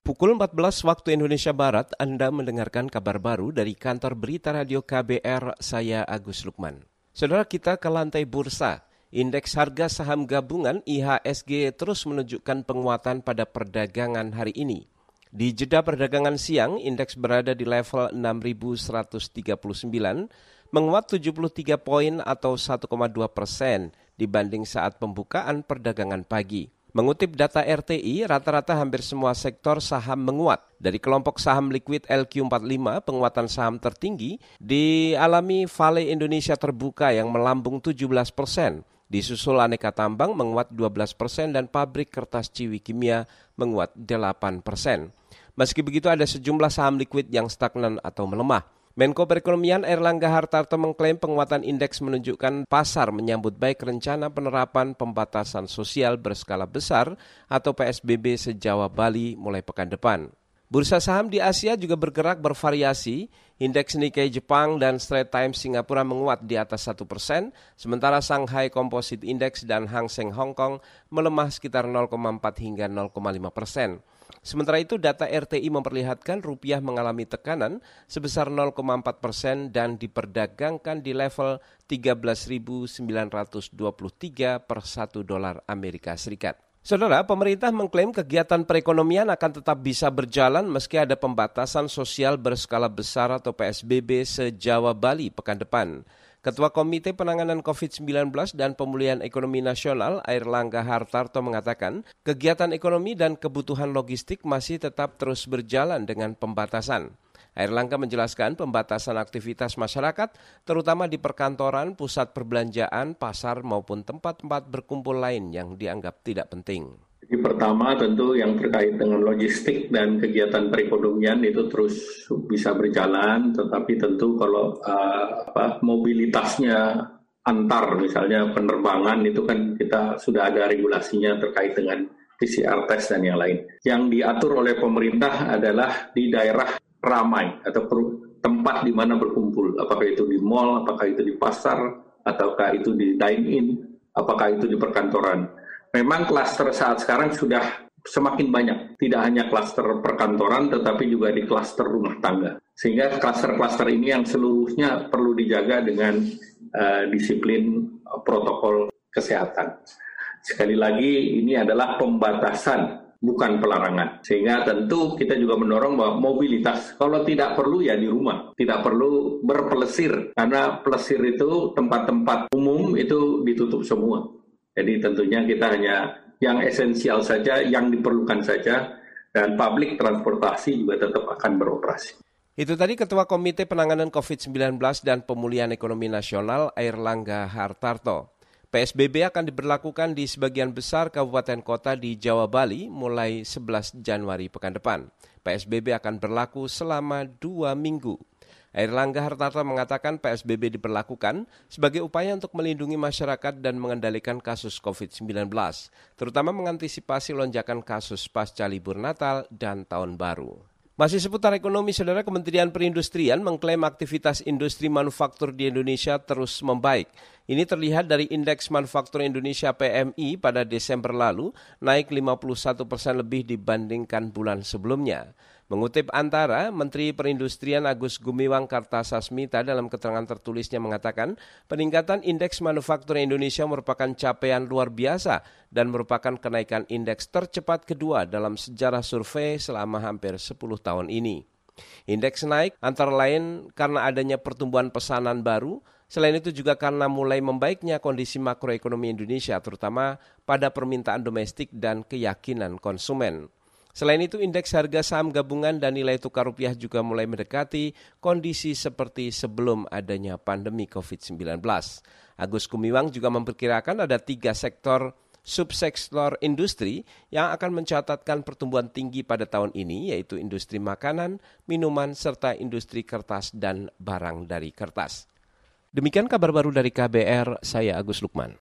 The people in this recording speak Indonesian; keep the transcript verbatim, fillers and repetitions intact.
Pukul empat belas waktu Indonesia Barat, Anda mendengarkan kabar baru dari kantor berita radio K B R, saya Agus Lukman. Saudara, kita ke lantai bursa. Indeks harga saham gabungan I H S G terus menunjukkan penguatan pada perdagangan hari ini. Di jeda perdagangan siang, indeks berada di level enam ribu seratus tiga puluh sembilan, menguat tujuh puluh tiga poin atau satu koma dua persen dibanding saat pembukaan perdagangan pagi. Mengutip data R T I, rata-rata hampir semua sektor saham menguat. Dari kelompok saham liquid L Q empat puluh lima, penguatan saham tertinggi dialami Vale Indonesia Terbuka yang melambung tujuh belas persen. Disusul aneka tambang menguat dua belas persen dan pabrik kertas Ciwi Kimia menguat delapan persen. Meski begitu ada sejumlah saham liquid yang stagnan atau melemah. Menko Perekonomian Airlangga Hartarto mengklaim penguatan indeks menunjukkan pasar menyambut baik rencana penerapan pembatasan sosial berskala besar atau P S B B se-Jawa Bali mulai pekan depan. Bursa saham di Asia juga bergerak bervariasi. Indeks Nikkei Jepang dan Straits Times Singapura menguat di atas satu persen, sementara Shanghai Composite Index dan Hang Seng Hong Kong melemah sekitar nol koma empat hingga nol koma lima persen. Sementara itu, data R T I memperlihatkan rupiah mengalami tekanan sebesar nol koma empat persen dan diperdagangkan di level tiga belas ribu sembilan ratus dua puluh tiga per satu dolar Amerika Serikat. Saudara, pemerintah mengklaim kegiatan perekonomian akan tetap bisa berjalan meski ada pembatasan sosial berskala besar atau P S B B se-Jawa Bali pekan depan. Ketua Komite Penanganan covid sembilan belas dan Pemulihan Ekonomi Nasional Airlangga Hartarto mengatakan kegiatan ekonomi dan kebutuhan logistik masih tetap terus berjalan dengan pembatasan. Airlangga menjelaskan pembatasan aktivitas masyarakat, terutama di perkantoran, pusat perbelanjaan, pasar maupun tempat-tempat berkumpul lain yang dianggap tidak penting. Jadi pertama tentu yang terkait dengan logistik dan kegiatan perekonomian itu terus bisa berjalan, tetapi tentu kalau uh, apa, mobilitasnya antar misalnya penerbangan itu kan kita sudah ada regulasinya terkait dengan P C R test dan yang lain. Yang diatur oleh pemerintah adalah di daerah ramai atau tempat di mana berkumpul, apakah itu di mal, apakah itu di pasar, ataukah itu di dine-in, apakah itu di perkantoran. Memang klaster saat sekarang sudah semakin banyak, tidak hanya klaster perkantoran tetapi juga di klaster rumah tangga. Sehingga klaster-klaster ini yang seluruhnya perlu dijaga dengan uh, disiplin uh, protokol kesehatan. Sekali lagi ini adalah pembatasan, bukan pelarangan. Sehingga tentu kita juga mendorong bahwa mobilitas, kalau tidak perlu ya di rumah. Tidak perlu berpelesir, karena pelesir itu tempat-tempat umum itu ditutup semua. Jadi tentunya kita hanya yang esensial saja, yang diperlukan saja, dan publik transportasi juga tetap akan beroperasi. Itu tadi Ketua Komite Penanganan covid sembilan belas dan Pemulihan Ekonomi Nasional Airlangga Hartarto. P S B B akan diberlakukan di sebagian besar kabupaten kota di Jawa Bali mulai sebelas Januari pekan depan. P S B B akan berlaku selama dua minggu. Airlangga Hartarto mengatakan P S B B diberlakukan sebagai upaya untuk melindungi masyarakat dan mengendalikan kasus covid sembilan belas, terutama mengantisipasi lonjakan kasus pasca libur Natal dan Tahun Baru. Masih seputar ekonomi, Saudara, Kementerian Perindustrian mengklaim aktivitas industri manufaktur di Indonesia terus membaik. Ini terlihat dari Indeks Manufaktur Indonesia P M I pada Desember lalu naik lima puluh satu persen lebih dibandingkan bulan sebelumnya. Mengutip Antara, Menteri Perindustrian Agus Gumiwang Kartasasmita dalam keterangan tertulisnya mengatakan peningkatan Indeks Manufaktur Indonesia merupakan capaian luar biasa dan merupakan kenaikan indeks tercepat kedua dalam sejarah survei selama hampir sepuluh tahun ini. Indeks naik antara lain karena adanya pertumbuhan pesanan baru, selain itu juga karena mulai membaiknya kondisi makroekonomi Indonesia terutama pada permintaan domestik dan keyakinan konsumen. Selain itu, indeks harga saham gabungan dan nilai tukar rupiah juga mulai mendekati kondisi seperti sebelum adanya pandemi covid sembilan belas. Agus Gumiwang juga memperkirakan ada tiga sektor subsektor industri yang akan mencatatkan pertumbuhan tinggi pada tahun ini, yaitu industri makanan, minuman, serta industri kertas dan barang dari kertas. Demikian kabar baru dari K B R, saya Agus Lukman.